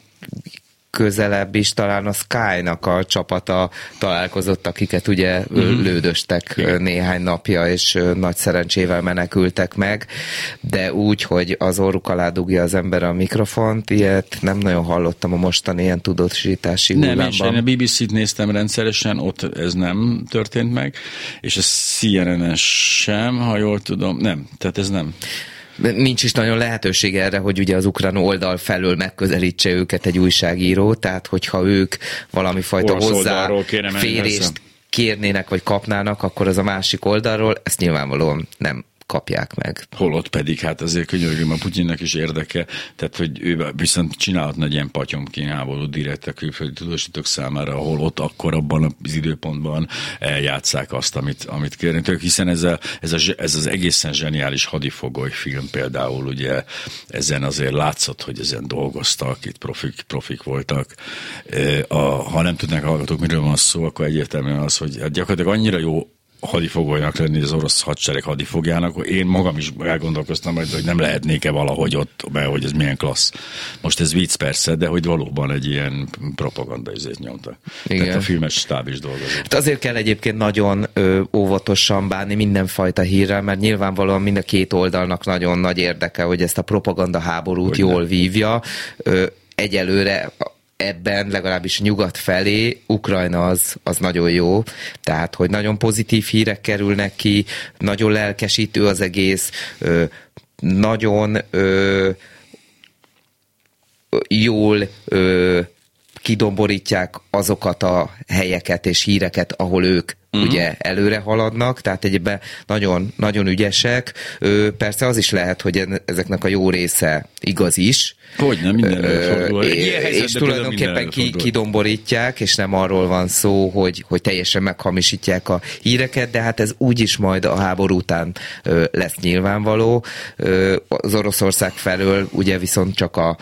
közelebb is talán a Sky-nak a csapata találkozott, akiket ugye uh-huh. lődöstek igen. néhány napja, és nagy szerencsével menekültek meg, de úgy, hogy az orruk alá dugja az ember a mikrofont, ilyet nem nagyon hallottam a mostani ilyen tudósítási hullámban. Nem, és én a bé bé cét néztem rendszeresen, ott ez nem történt meg, és a cé en en sem, ha jól tudom, nem, tehát ez nem. Nincs is nagyon lehetőség erre, hogy ugye az ukrán oldal felől megközelítse őket egy újságíró, tehát hogyha ők valami fajta hozzáférést kérnének, vagy kapnának, akkor az a másik oldalról, ezt nyilvánvalóan nem kapják meg. Holott pedig, hát azért könyörgöm, a Putyinnak is érdeke, tehát hogy ő viszont csinálhatna egy ilyen patyomkin háború direkt a külföldi tudósítók számára, ahol ott akkor abban az időpontban eljátsszák azt, amit, amit kérnek tőlük, hiszen ez, a, ez, a, ez az egészen zseniális hadifogoly film például, ugye ezen azért látszott, hogy ezen dolgoztak, itt profik, profik voltak. A, ha nem tudnak hallgatók, miről van szó, akkor egyértelműen az, hogy hát gyakorlatilag annyira jó hadifogolynak lenni az orosz hadsereg hadifogjának, hogy én magam is elgondolkoztam majd, hogy nem lehetnék-e valahogy ott, mert hogy ez milyen klassz. Most ez vicc persze, de hogy valóban egy ilyen propaganda izét nyomtak. Igen. Tehát a filmes stáb is dolgozott. Hát azért kell egyébként nagyon ö, óvatosan bánni mindenfajta hírrel, mert nyilvánvalóan mind a két oldalnak nagyon nagy érdeke, hogy ezt a propaganda háborút hogy jól ne. vívja. Ö, egyelőre ebben legalábbis nyugat felé Ukrajna az, az nagyon jó, tehát hogy nagyon pozitív hírek kerülnek ki, nagyon lelkesítő az egész, ö, nagyon ö, jól ö, kidomborítják azokat a helyeket és híreket, ahol ők uh-huh. ugye előre haladnak, tehát egyébben nagyon, nagyon ügyesek. Ö, persze az is lehet, hogy ezeknek a jó része igaz is. Hogy nem, minden előfordul. És, és tulajdonképpen ki, kidomborítják, és nem arról van szó, hogy, hogy teljesen meghamisítják a híreket, de hát ez úgyis majd a háború után ö, lesz nyilvánvaló. Ö, az Oroszország felől ugye viszont csak a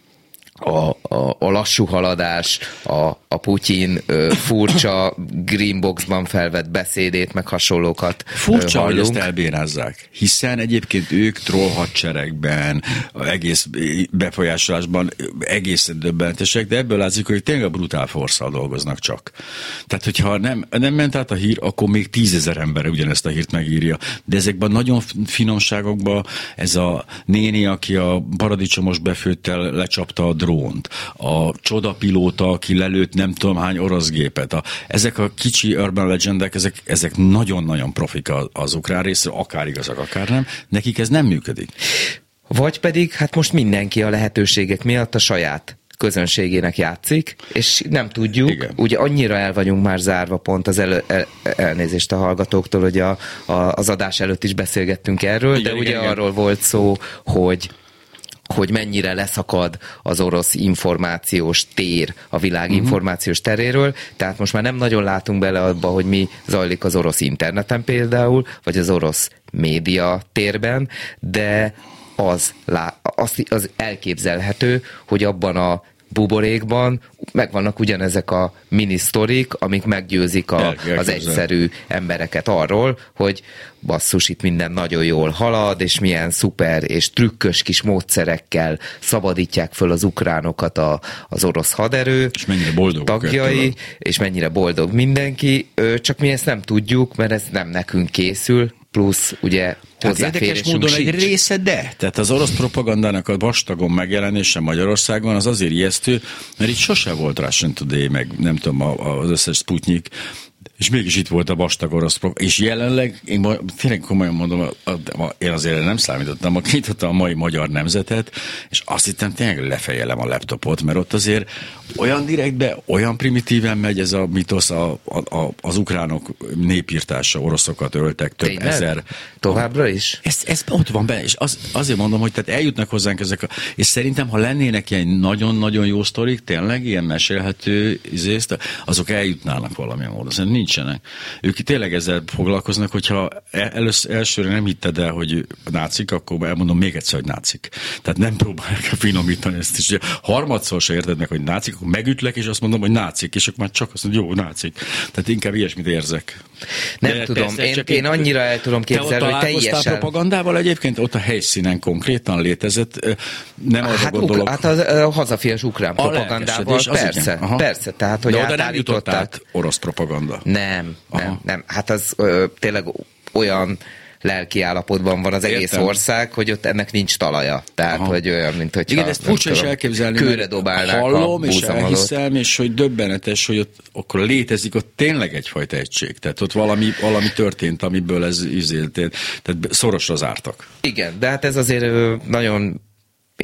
A, a, a lassú haladás, a, a Putyin ö, furcsa greenboxban felvett beszédét, meg hasonlókat Furcsa, ö, hogy ezt elbérázzák, hiszen egyébként ők troll hadseregben, egész befolyásolásban egészen döbbenetesek, de ebből látszik, hogy tényleg a brutál forszal dolgoznak csak. Tehát, hogyha nem, nem ment át a hír, akkor még tízezer ember ugyanezt a hírt megírja. De ezekben nagyon finomságokban ez a néni, aki a paradicsomos befőttel lecsapta a drónt, a csodapilóta, aki lelőtt nem tudom hány orosz gépet. A, ezek a kicsi urban legendek, ezek, ezek nagyon-nagyon profik az ukrán részről, akár igazak, akár nem. Nekik ez nem működik. Vagy pedig, hát most mindenki a lehetőségek miatt a saját közönségének játszik, és nem tudjuk, igen. Ugye annyira el vagyunk már zárva pont az elő, el, elnézést a hallgatóktól, hogy a, a, az adás előtt is beszélgettünk erről, igen, de ugye igen, arról igen. volt szó, hogy hogy mennyire leszakad az orosz információs tér a világ uh-huh. információs teréről, tehát most már nem nagyon látunk bele abba, hogy mi zajlik az orosz interneten például, vagy az orosz média térben, de az, az, az elképzelhető, hogy abban a buborékban megvannak ugyanezek a mini-sztorik, amik meggyőzik a, az egyszerű embereket arról, hogy basszus, itt minden nagyon jól halad, és milyen szuper és trükkös kis módszerekkel szabadítják föl az ukránokat a, az orosz haderő és mennyire boldog tagjai, és mennyire boldog mindenki, csak mi ezt nem tudjuk, mert ez nem nekünk készül, plusz ugye hát érdekes módon sincs. Egy része, de. Tehát az orosz propagandának a vastagon megjelenése Magyarországon az azért ijesztő, mert itt sose volt Russian Today, meg nem tudom, az összes Sputnik, és mégis itt volt a vastag orosz propaganda. És jelenleg, én ma, tényleg komolyan mondom, a, a, én azért nem számítottam, kinyitottam a mai Magyar Nemzetet, és azt hittem, tényleg lefejelem a laptopot, mert ott azért olyan direktbe, olyan primitíven megy ez a mitosz, a, a, a, az ukránok népírtása, oroszokat öltek, több tényleg? ezer. Továbbra is? Ez, ez ott van benne, és az, azért mondom, hogy tehát eljutnak hozzánk ezek a, és szerintem, ha lennének ilyen nagyon-nagyon jó sztorik, tényleg ilyen mesélhető izészt, azok eljutnának valamilyen módon. Szerintem nincsenek. Ők tényleg ezzel foglalkoznak, hogyha először, elsőre nem hitted el, hogy nácik, akkor elmondom még egyszer, hogy nácik. Tehát nem próbálják finomítani ezt is. Harmadszor se érted meg, hogy nácik, akkor megütlek, és azt mondom, hogy nácik, és akkor már csak azt mondom, jó, nácik. Tehát inkább ilyesmit érzek. Nem de tudom, persze, én, én annyira el tudom képzelni, hogy teljesen... Te propagandával egyébként ott a helyszínen konkrétan létezett, nem arra hát, gondolok... Hát az, a hazafias ukrán propagandával, persze, persze, tehát, hogy de oda nem jutott át orosz propaganda. Nem, nem, nem. Hát az ö, tényleg olyan lelki állapotban van az egész Értem. ország, hogy ott ennek nincs talaja. Tehát, Aha. hogy olyan, mint hogyha... Igen, ezt furcsa is elképzelni, kőre dobálnák hallom, és elhiszem, és hogy döbbenetes, hogy ott akkor létezik ott tényleg egyfajta egység. Tehát ott valami, valami történt, amiből ez izéltél. Tehát szorosra zártak. Igen, de hát ez azért nagyon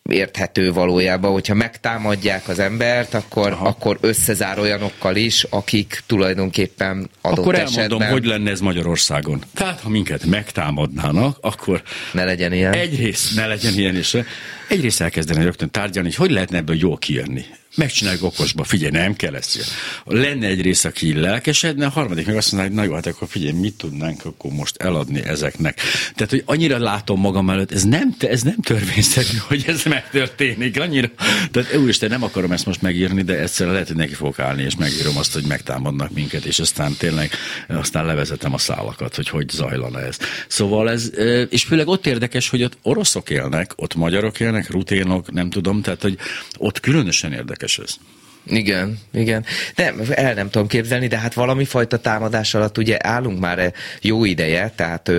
érthető valójában, hogyha megtámadják az embert, akkor, akkor összezár olyanokkal is, akik tulajdonképpen adott akkor elmondom, esetben... hogy lenne ez Magyarországon. Tehát, ha minket megtámadnának, akkor... Ne legyen ilyen. Egyrészt ne legyen ilyen is. Egyrészt elkezdeni rögtön tárgyalni, hogy hogy lehetne ebből jól kijönni. Megcsináljuk okosba, figyelj, nem kell ezt. Lenne egy rész, aki lelkesedne, a harmadik meg azt mondaná, hogy na jó, hát akkor figyelj, mit tudnánk akkor most eladni ezeknek. Tehát, hogy annyira látom magam előtt, ez nem, ez nem törvényszerű, hogy ez megtörténik, annyira. Tehát úristen, nem akarom ezt most megírni, de egyszerűen lehet, hogy neki fogok állni, és megírom azt, hogy megtámadnak minket, és aztán tényleg, aztán levezetem a szálakat, hogy hogy zajlana ez. Szóval ez, és főleg ott érdekes, hogy ott oroszok élnek, ott magyarok élnek, ruténok, nem tudom, tehát, hogy ott különösen érdekes ez. Igen, igen. Nem, el nem tudom képzelni, de hát valami fajta támadás alatt ugye állunk már jó ideje, tehát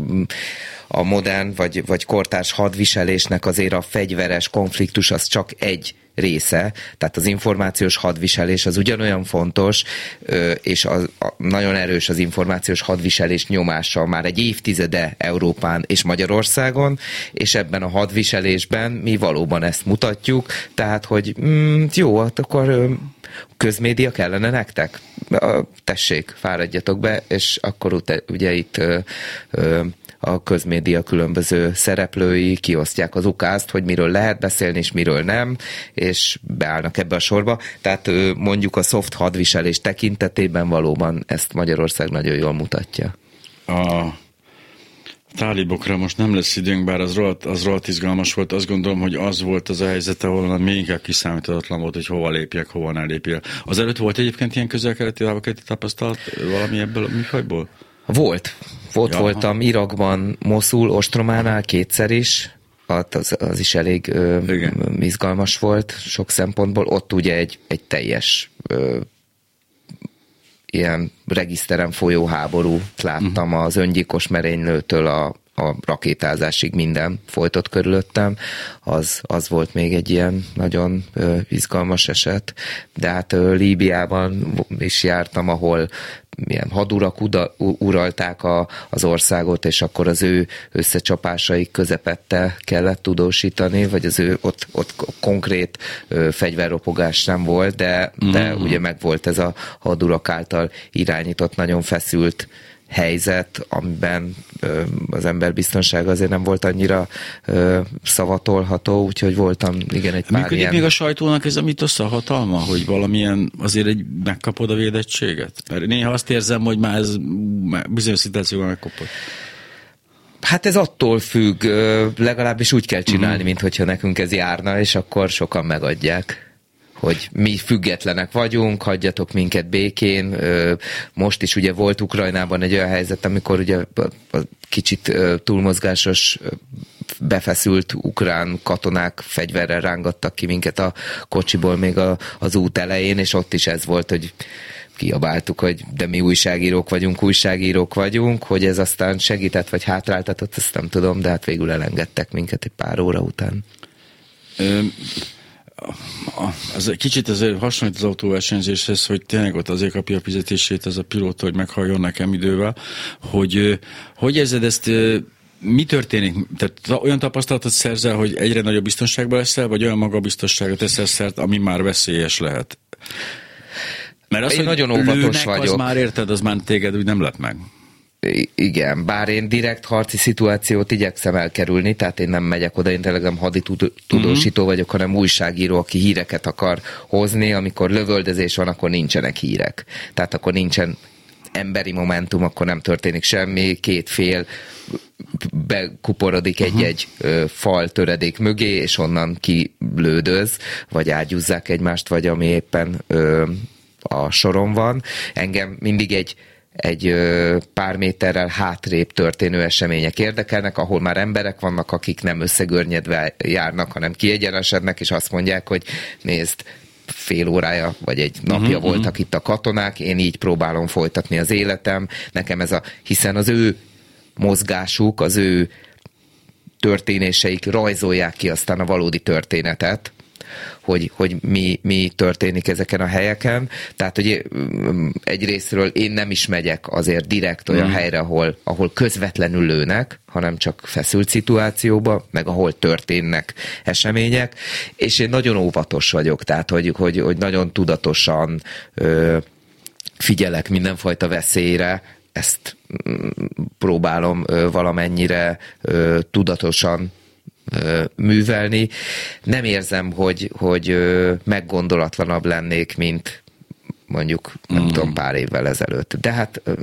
a modern vagy, vagy kortárs hadviselésnek azért a fegyveres konfliktus az csak egy része, tehát az információs hadviselés az ugyanolyan fontos, és az, a, nagyon erős az információs hadviselés nyomása már egy évtizede Európán és Magyarországon, és ebben a hadviselésben mi valóban ezt mutatjuk, tehát, hogy mm, jó, hát akkor közmédia kellene nektek? Tessék, fáradjatok be, és akkor ugye itt ö, ö, a közmédia különböző szereplői kiosztják az ukázt, hogy miről lehet beszélni, és miről nem, és beállnak ebbe a sorba. Tehát mondjuk a soft hadviselés tekintetében valóban ezt Magyarország nagyon jól mutatja. A tálibokra most nem lesz időnk, bár az rohadt, az rohadt izgalmas volt. Azt gondolom, hogy az volt az a helyzet, ahol még inkább kiszámíthatatlan volt, hogy hova lépjek, hova ne lépjek. Az előtt volt egyébként ilyen közel-keleti lábakeleti tapasztalat valami ebből a műfajból? Volt. Volt, ja, voltam Irakban, Moszul, Ostrománál kétszer is. Az, az is elég ö, izgalmas volt sok szempontból. Ott ugye egy, egy teljes ö, ilyen regiszteren folyó háborút láttam, uh-huh. az öngyilkos merénylőtől a, a rakétázásig minden folytott körülöttem. Az, az volt még egy ilyen nagyon ö, izgalmas eset. De hát ö, Líbiában is jártam, ahol milyen hadurak uda, uralták a, az országot, és akkor az ő összecsapásaik közepette kellett tudósítani, vagy az ő ott, ott konkrét ö, fegyverropogás nem volt, de, de mm-hmm. ugye megvolt ez a hadurak által irányított, nagyon feszült helyzet, amiben ö, az ember biztonsága azért nem volt annyira ö, szavatolható, úgyhogy voltam, igen, egy pár Működik ilyen... még a sajtónak ez a mitosz, a hatalma, hogy valamilyen azért egy megkapod a védettséget? Mert néha azt érzem, hogy már ez már bizonyos szituációban megkapod. Hát ez attól függ, legalábbis úgy kell csinálni, mm-hmm. mint hogyha nekünk ez járna, és akkor sokan megadják, hogy mi függetlenek vagyunk, hagyjatok minket békén. Most is ugye volt Ukrajnában egy olyan helyzet, amikor ugye kicsit túlmozgásos, befeszült ukrán katonák fegyverrel rángattak ki minket a kocsiból még a, az út elején, és ott is ez volt, hogy kiabáltuk, hogy de mi újságírók vagyunk, újságírók vagyunk, hogy ez aztán segített vagy hátráltatott, ezt nem tudom, de hát végül elengedtek minket egy pár óra után. Üm. Az kicsit azért hasonlít az autóversenyzéshez, hogy tényleg ott azért kapja a fizetését az a pilóta, hogy meghalljon nekem idővel, hogy hogy érzed ezt, mi történik? Tehát olyan tapasztalatot szerzel, hogy egyre nagyobb biztonságban leszel, vagy olyan magabiztosságot teszel szert, ami már veszélyes lehet? Mert az, én nagyon óvatos vagyok. Az már érted, az már téged úgy nem lett meg. Igen, bár én direkt harci szituációt igyekszem elkerülni, tehát én nem megyek oda, én tényleg nem haditudósító uh-huh. vagyok, hanem újságíró, aki híreket akar hozni, amikor lövöldözés van, akkor nincsenek hírek. Tehát akkor nincsen emberi momentum, akkor nem történik semmi, két fél bekuporodik uh-huh. egy-egy ö, fal töredék mögé, és onnan kilődöz, vagy ágyúzzák egymást, vagy ami éppen ö, a soron van. Engem mindig egy egy pár méterrel hátrébb történő események érdekelnek, ahol már emberek vannak, akik nem összegörnyedve járnak, hanem kiegyenesednek, és azt mondják, hogy nézd, fél órája, vagy egy napja uh-huh, voltak uh-huh. itt a katonák, én így próbálom folytatni az életem, nekem ez a, hiszen az ő mozgásuk, az ő történéseik rajzolják ki aztán a valódi történetet, hogy, hogy mi, mi történik ezeken a helyeken. Tehát, hogy egyrésztről én nem is megyek azért direkt olyan mm. helyre, ahol, ahol közvetlenül lőnek, hanem csak feszült szituációba, meg ahol történnek események, és én nagyon óvatos vagyok, tehát, hogy, hogy, hogy nagyon tudatosan ö, figyelek mindenfajta veszélyre, ezt próbálom ö, valamennyire ö, tudatosan ö, művelni. Nem érzem, hogy, hogy ö, meggondolatlanabb lennék, mint mondjuk, nem mm. tudom, pár évvel ezelőtt. De hát ö,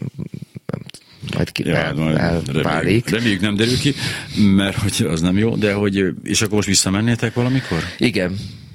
majd ki ja, elválik. Reméljük nem derül ki, mert hogy az nem jó, de hogy, és akkor most visszamennétek valamikor? Igen.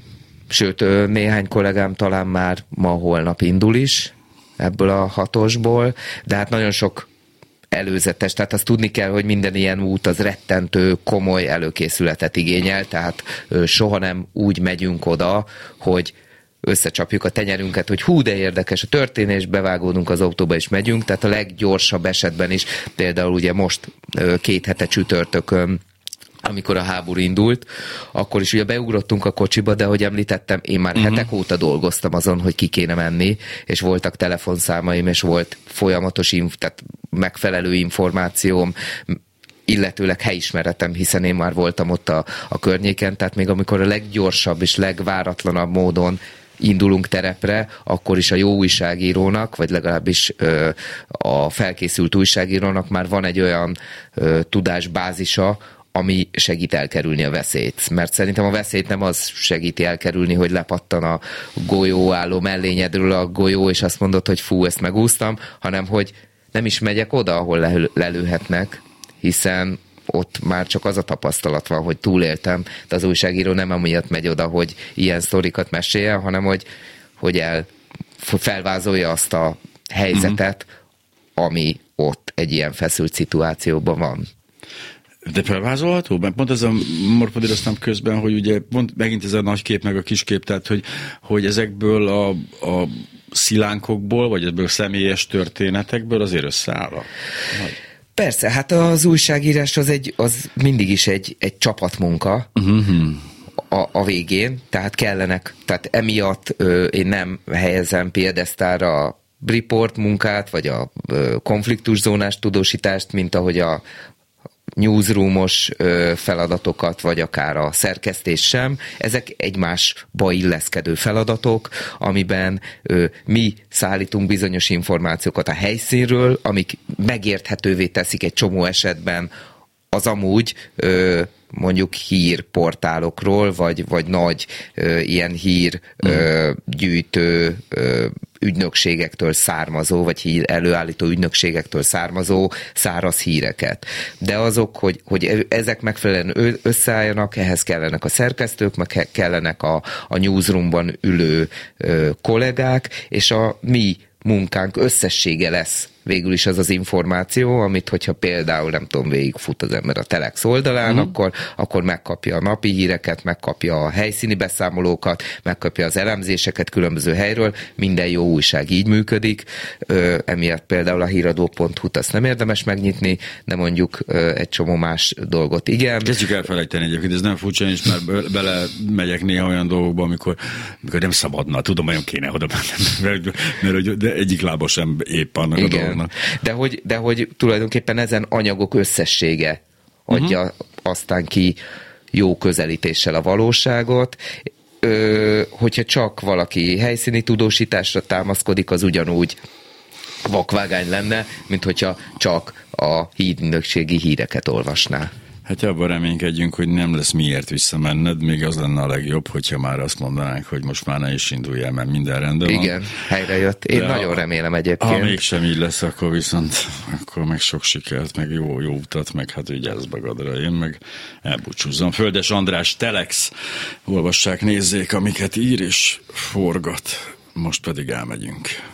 Sőt, néhány kollégám talán már ma-holnap indul is ebből a hatosból, de hát nagyon sok előzetes, tehát azt tudni kell, hogy minden ilyen út az rettentő, komoly előkészületet igényel, tehát soha nem úgy megyünk oda, hogy összecsapjuk a tenyerünket, hogy hú, de érdekes a történés, bevágódunk az autóba és megyünk, tehát a leggyorsabb esetben is, például ugye most két hete csütörtökön, amikor a háború indult, akkor is ugye beugrottunk a kocsiba, de ahogy említettem, én már uh-huh. hetek óta dolgoztam azon, hogy ki kéne menni, és voltak telefonszámaim, és volt folyamatos, inf- tehát megfelelő információm, illetőleg helyismeretem, hiszen én már voltam ott a, a környéken, tehát még amikor a leggyorsabb és legváratlanabb módon indulunk terepre, akkor is a jó újságírónak, vagy legalábbis ö, a felkészült újságírónak már van egy olyan ö, tudásbázisa, ami segít elkerülni a veszélyt. Mert szerintem a veszélyt nem az segíti elkerülni, hogy lepattan a golyóálló mellényedről a golyó, és azt mondod, hogy fú, ezt megúsztam, hanem hogy nem is megyek oda, ahol lelő, lelőhetnek, hiszen ott már csak az a tapasztalat van, hogy túléltem, de az újságíró nem amiatt megy oda, hogy ilyen sztorikat meséljen, hanem hogy, hogy el, felvázolja azt a helyzetet, uh-huh. ami ott egy ilyen feszült szituációban van. De felvázolható? Mert pont ez a morfodíroztam közben, hogy ugye pont megint ez a nagy kép meg a kis kép, tehát hogy, hogy ezekből a, a szilánkokból, vagy ebből személyes történetekből azért összeáll a... Persze, hát az újságírás az, egy, az mindig is egy, egy csapatmunka uh-huh. a, a végén, tehát kellenek, tehát emiatt ö, én nem helyezem piedesztára a report munkát, vagy a ö, konfliktuszónás tudósítást, mint ahogy a newsroomos ö, feladatokat, vagy akár a szerkesztés sem. Ezek egymásba illeszkedő feladatok, amiben ö, mi szállítunk bizonyos információkat a helyszínről, amik megérthetővé teszik egy csomó esetben az amúgy ö, mondjuk hírportálokról, vagy, vagy nagy ö, ilyen hírgyűjtő ügynökségektől származó, vagy hír előállító ügynökségektől származó száraz híreket. De azok, hogy, hogy ezek megfelelően összeálljanak, ehhez kellenek a szerkesztők, meg kellenek a, a newsroomban ülő ö, kollégák, és a mi munkánk összessége lesz végül is az az információ, amit hogyha például, nem tudom, végigfut az ember a Telex oldalán, mm. akkor, akkor megkapja a napi híreket, megkapja a helyszíni beszámolókat, megkapja az elemzéseket különböző helyről, minden jó újság így működik, ö, emiatt például a híradó pont hu-t azt nem érdemes megnyitni, de mondjuk ö, egy csomó más dolgot igen. Kezdjük elfelejteni egyébként, ez nem furcsa, és már bele megyek néha olyan dolgokba, amikor, amikor nem szabadna, tudom, olyan kéne oda mennem, mert de egyik lába sem épp annak igen. a dolognak. De hogy, de hogy tulajdonképpen ezen anyagok összessége adja uh-huh. aztán ki jó közelítéssel a valóságot. Ö, hogyha csak valaki helyszíni tudósításra támaszkodik, az ugyanúgy vakvágány lenne, mint hogyha csak a hírügynökségi híreket olvasná. Hát abban reménykedjünk, hogy nem lesz miért visszamenned, még az lenne a legjobb, hogyha már azt mondanánk, hogy most már ne is indulj el, mert minden rendben van. Igen, helyre jött. Én de nagyon ha, remélem egyébként. Ha mégsem így lesz, akkor viszont akkor meg sok sikert, meg jó, jó utat, meg hát vigyázz magadra, én meg elbúcsúzzam. Földes András, Telex, olvassák, nézzék, amiket ír és forgat. Most pedig elmegyünk.